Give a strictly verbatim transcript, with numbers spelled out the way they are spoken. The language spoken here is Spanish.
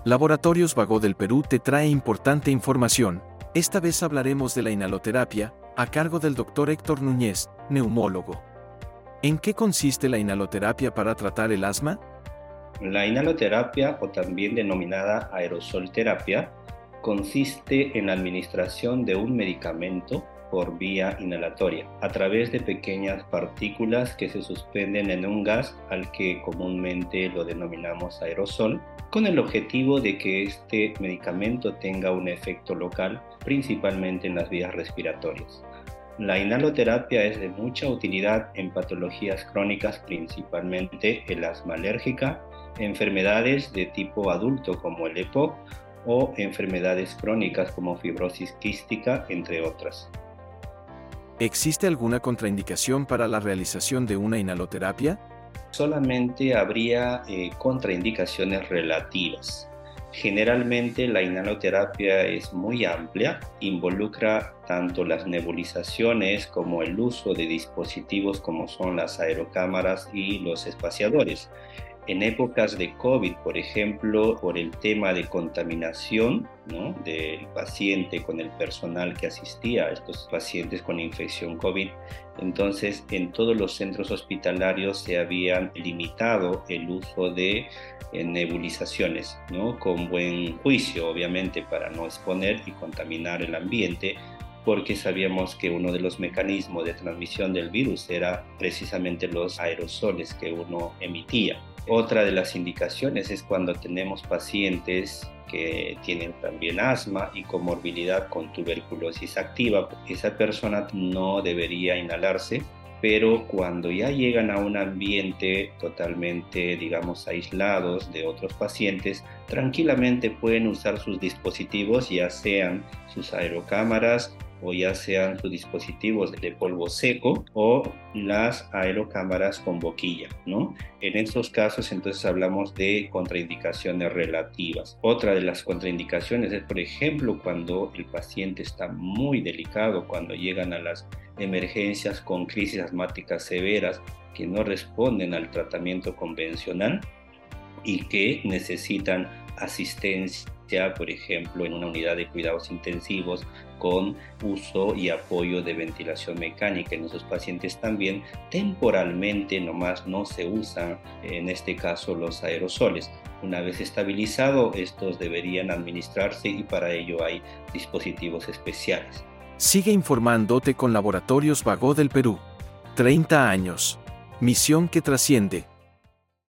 Laboratorios Vago del Perú te trae importante información. Esta vez hablaremos de la inhaloterapia, a cargo del doctor Héctor Núñez, neumólogo. ¿En qué consiste la inhaloterapia para tratar el asma? La inhaloterapia, o también denominada aerosol terapia, consiste en la administración de un medicamento por vía inhalatoria, a través de pequeñas partículas que se suspenden en un gas al que comúnmente lo denominamos aerosol, con el objetivo de que este medicamento tenga un efecto local, principalmente en las vías respiratorias. La inhaloterapia es de mucha utilidad en patologías crónicas, principalmente el asma alérgica, enfermedades de tipo adulto como el EPOC o enfermedades crónicas como fibrosis quística, entre otras. ¿Existe alguna contraindicación para la realización de una inhaloterapia? Solamente habría eh, contraindicaciones relativas. Generalmente la inhaloterapia es muy amplia, involucra tanto las nebulizaciones como el uso de dispositivos como son las aerocámaras y los espaciadores. En épocas de COVID, por ejemplo, por el tema de contaminación, ¿no?, del paciente con el personal que asistía a estos pacientes con infección COVID, entonces en todos los centros hospitalarios se habían limitado el uso de eh, nebulizaciones, ¿no?, con buen juicio, obviamente, para no exponer y contaminar el ambiente, porque sabíamos que uno de los mecanismos de transmisión del virus era precisamente los aerosoles que uno emitía. Otra de las indicaciones es cuando tenemos pacientes que tienen también asma y comorbilidad con tuberculosis activa. Esa persona no debería inhalarse, pero cuando ya llegan a un ambiente totalmente, digamos, aislados de otros pacientes, tranquilamente pueden usar sus dispositivos, ya sean sus aerocámaras o ya sean sus dispositivos de polvo seco o las aerocámaras con boquilla, ¿no? En estos casos, entonces, hablamos de contraindicaciones relativas. Otra de las contraindicaciones es, por ejemplo, cuando el paciente está muy delicado, cuando llegan a las emergencias con crisis asmáticas severas que no responden al tratamiento convencional y que necesitan asistencia, por ejemplo, en una unidad de cuidados intensivos con uso y apoyo de ventilación mecánica. En esos pacientes también temporalmente nomás no se usan, en este caso, los aerosoles. Una vez estabilizado, estos deberían administrarse y para ello hay dispositivos especiales. Sigue informándote con Laboratorios Vago del Perú. treinta años. Misión que trasciende.